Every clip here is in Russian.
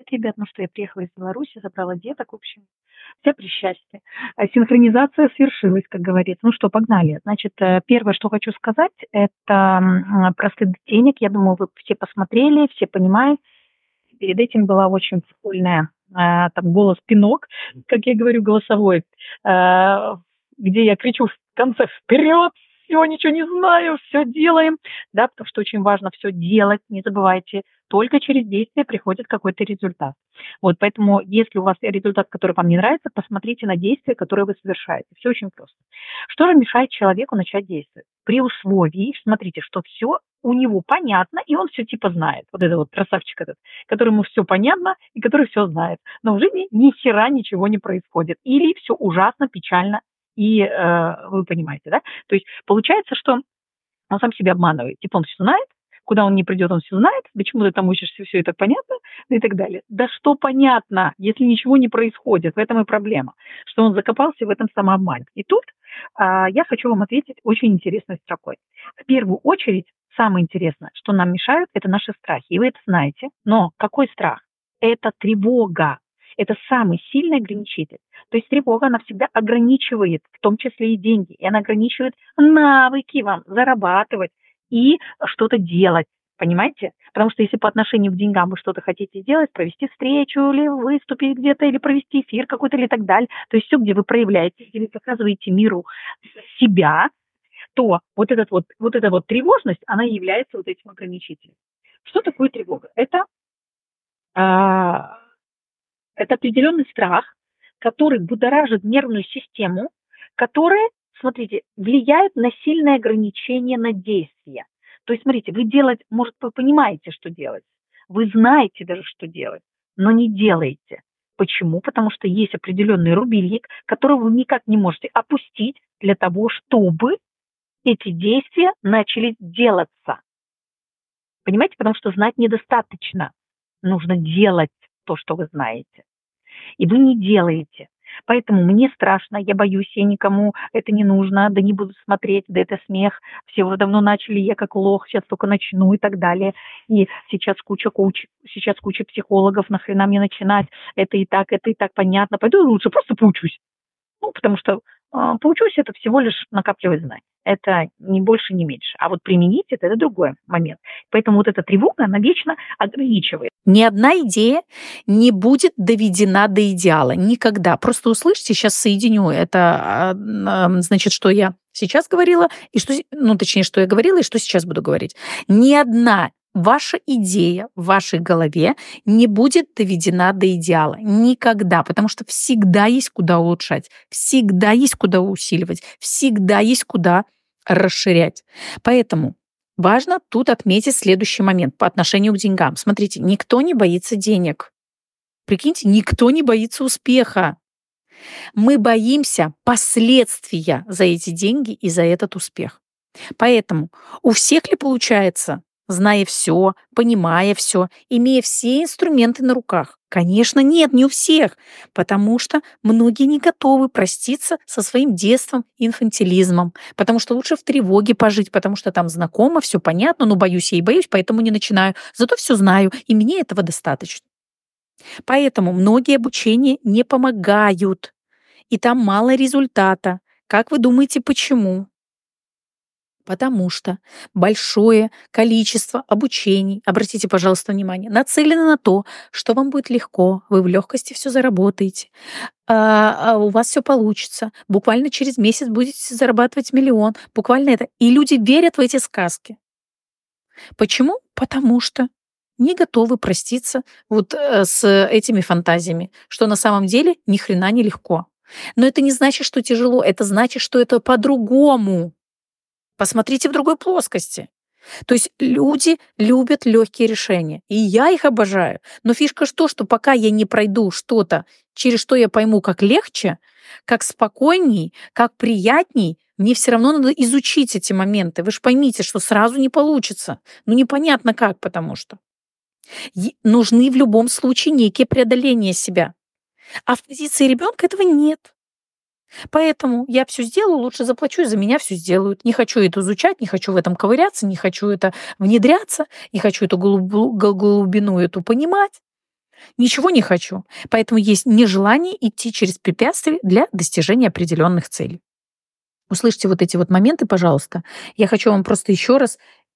ребят. Ну что, я приехала из Беларуси, забрала деток, в общем, все при счастье. Синхронизация свершилась, как говорится. Ну что, погнали. Значит, первое, что хочу сказать, это про стыд денег. Я думаю, вы все посмотрели, все понимаете. Перед этим была очень прикольная там голос пинок, как я говорю, голосовой, где я кричу в конце вперед, все, ничего не знаю, все делаем, да, потому что очень важно все делать, не забывайте, только через действие приходит какой-то результат. Вот, поэтому, если у вас результат, который вам не нравится, посмотрите на действия, которые вы совершаете. Все очень просто. Что же мешает человеку начать действовать? При условии, смотрите, что все у него понятно, и он все типа знает. Вот это вот красавчик этот, которому все понятно и который все знает. Но в жизни ни хера ничего не происходит. Или все ужасно, печально, и вы понимаете, да? То есть получается, что он сам себя обманывает. Типа он все знает, куда он не придет, он все знает, почему ты там учишься, все это понятно, ну и так далее. Да что понятно, если ничего не происходит, в этом и проблема, что он закопался в этом самообмане. И тут я хочу вам ответить очень интересной строкой. В первую очередь, самое интересное, что нам мешают, это наши страхи. И вы это знаете. Но какой страх? Это тревога. Это самый сильный ограничитель. То есть тревога, она всегда ограничивает, в том числе и деньги. И она ограничивает навыки вам зарабатывать и что-то делать. Понимаете? Потому что если по отношению к деньгам вы что-то хотите сделать, провести встречу или выступить где-то, или провести эфир какой-то или так далее, то есть все, где вы проявляетесь, где вы показываете миру себя, то вот эта вот тревожность, она является вот этим ограничителем. Что такое тревога? А, это определенный страх, который будоражит нервную систему, который, смотрите, влияет на сильное ограничение на действия. То есть, смотрите, вы делать, может, вы понимаете, что делать, вы знаете даже, что делать, но не делаете. Почему? Потому что есть определенный рубильник, которого вы никак не можете опустить для того, чтобы эти действия начали делаться. Понимаете? Потому что знать недостаточно. Нужно делать то, что вы знаете. И вы не делаете. Поэтому мне страшно, я боюсь, я никому это не нужно, да не буду смотреть, да это смех, все уже давно начали, я как лох, сейчас только начну и так далее. И сейчас куча психологов, нахрена мне начинать, это и так понятно, пойду лучше просто поучусь. Ну, потому что поучусь, это всего лишь накапливать знания. Это ни больше, ни меньше. А вот применить это другой момент. Поэтому вот эта тревога, она вечно ограничивает. Ни одна идея не будет доведена до идеала. Никогда. Просто услышьте, сейчас соединю это, значит, что я сейчас говорила, и что, ну, точнее, что я говорила, и что сейчас буду говорить. Ни одна ваша идея в вашей голове не будет доведена до идеала. Никогда. Потому что всегда есть куда улучшать, всегда есть куда усиливать, всегда есть куда расширять. Поэтому важно тут отметить следующий момент по отношению к деньгам. Смотрите, никто не боится денег. Прикиньте, никто не боится успеха. Мы боимся последствия за эти деньги и за этот успех. Поэтому у всех ли получается, зная все, понимая все, имея все инструменты на руках? Конечно, нет, не у всех, потому что многие не готовы проститься со своим детством и инфантилизмом, потому что лучше в тревоге пожить, потому что там знакомо, все понятно, но боюсь я и боюсь, поэтому не начинаю. Зато все знаю, и мне этого достаточно. Поэтому многие обучения не помогают, и там мало результата. Как вы думаете, почему? Потому что большое количество обучений, обратите, пожалуйста, внимание, нацелено на то, что вам будет легко, вы в легкости все заработаете, у вас все получится, буквально через месяц будете зарабатывать 1 000 000, буквально это. И люди верят в эти сказки. Почему? Потому что не готовы проститься вот с этими фантазиями, что на самом деле ни хрена не легко. Но это не значит, что тяжело, это значит, что это по-другому. Посмотрите в другой плоскости. То есть люди любят легкие решения, и я их обожаю. Но фишка в том, что пока я не пройду что-то, через что я пойму, как легче, как спокойней, как приятней, мне все равно надо изучить эти моменты. Вы же поймите, что сразу не получится. Ну, непонятно как, потому что. Нужны в любом случае некие преодоления себя. А в позиции ребенка этого нет. Поэтому я все сделаю, лучше заплачу, и за меня все сделают. Не хочу это изучать, не хочу в этом ковыряться, не хочу это внедряться, не хочу эту глубину эту понимать. Ничего не хочу. Поэтому есть нежелание идти через препятствия для достижения определенных целей. Услышьте вот эти вот моменты, пожалуйста. Я хочу вам просто еще раз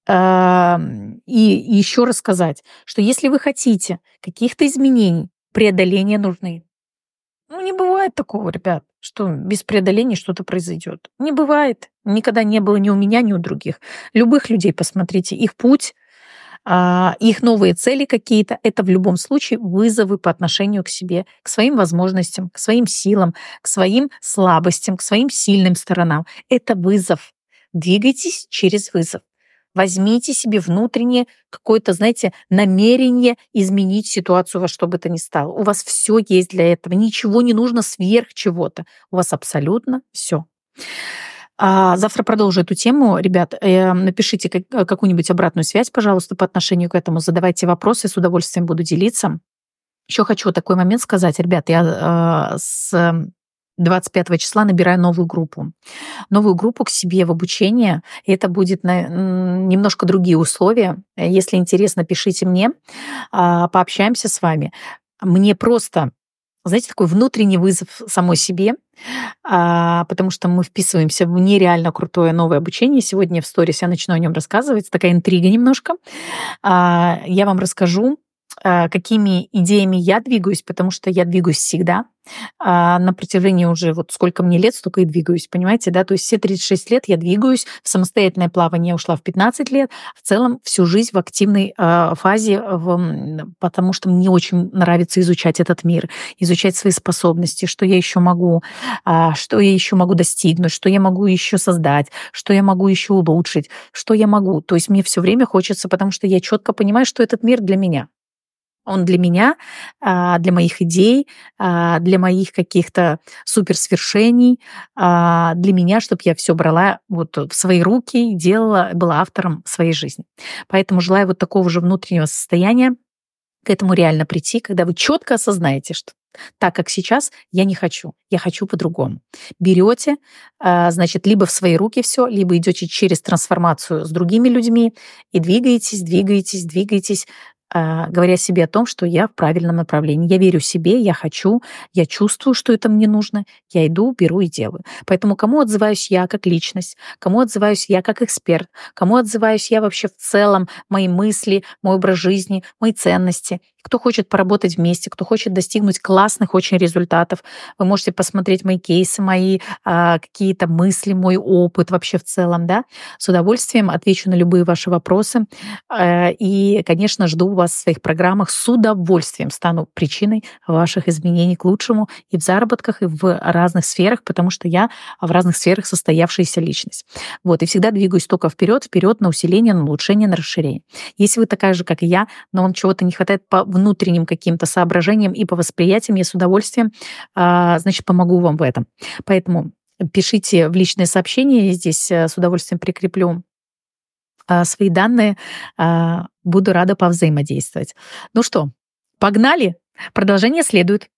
и еще раз сказать, что если вы хотите каких-то изменений, преодоления нужны. Ну, не бывает такого, ребят, что без преодоления что-то произойдет. Не бывает. Никогда не было ни у меня, ни у других. Любых людей посмотрите, их путь, их новые цели какие-то, это в любом случае вызовы по отношению к себе, к своим возможностям, к своим силам, к своим слабостям, к своим сильным сторонам. Это вызов. Двигайтесь через вызов. Возьмите себе внутреннее какое-то, знаете, намерение изменить ситуацию во что бы то ни стало. У вас все есть для этого. Ничего не нужно сверх чего-то. У вас абсолютно все. Завтра продолжу эту тему. Ребят, напишите какую-нибудь обратную связь, пожалуйста, по отношению к этому. Задавайте вопросы, с удовольствием буду делиться. Еще хочу такой момент сказать. Ребят, я с 25 числа набираю новую группу. Новую группу к себе в обучение. И это будет немножко другие условия. Если интересно, пишите мне, пообщаемся с вами. Мне просто, знаете, такой внутренний вызов самой себе, потому что мы вписываемся в нереально крутое новое обучение. Сегодня в сторис я начну о нем рассказывать. Такая интрига немножко. Я вам расскажу, какими идеями я двигаюсь, потому что я двигаюсь всегда. На протяжении уже вот сколько мне лет, столько и двигаюсь, понимаете, да? То есть все 36 лет я двигаюсь, в самостоятельное плавание я ушла в 15 лет, в целом всю жизнь в активной фазе, потому что мне очень нравится изучать этот мир, изучать свои способности, что я еще могу, что я еще могу достигнуть, что я могу еще создать, что я могу еще улучшить, что я могу. То есть мне все время хочется, потому что я четко понимаю, что этот мир для меня. Он для меня, для моих идей, для моих каких-то суперсвершений, для меня, чтобы я все брала вот в свои руки и делала, была автором своей жизни. Поэтому желаю вот такого же внутреннего состояния, к этому реально прийти, когда вы четко осознаете, что так, как сейчас, я не хочу, я хочу по-другому. Берете, значит, либо в свои руки все, либо идете через трансформацию с другими людьми и двигаетесь, говоря себе о том, что я в правильном направлении. Я верю себе, я хочу, я чувствую, что это мне нужно, я иду, беру и делаю. Поэтому кому отзываюсь я как личность, кому отзываюсь я как эксперт, кому отзываюсь я вообще в целом, мои мысли, мой образ жизни, мои ценности. Кто хочет поработать вместе, кто хочет достигнуть классных очень результатов, вы можете посмотреть мои кейсы, мои какие-то мысли, мой опыт вообще в целом, да. С удовольствием отвечу на любые ваши вопросы. И, конечно, жду вас в своих программах. С удовольствием стану причиной ваших изменений к лучшему и в заработках, и в разных сферах, потому что я в разных сферах состоявшаяся личность. Вот, и всегда двигаюсь только вперед на усиление, на улучшение, на расширение. Если вы такая же, как и я, но вам чего-то не хватает по внутренним каким-то соображениям и по восприятиям, я с удовольствием, значит, помогу вам в этом. Поэтому пишите в личные сообщения, я здесь с удовольствием прикреплю свои данные, буду рада повзаимодействовать. Ну что, погнали? Продолжение следует.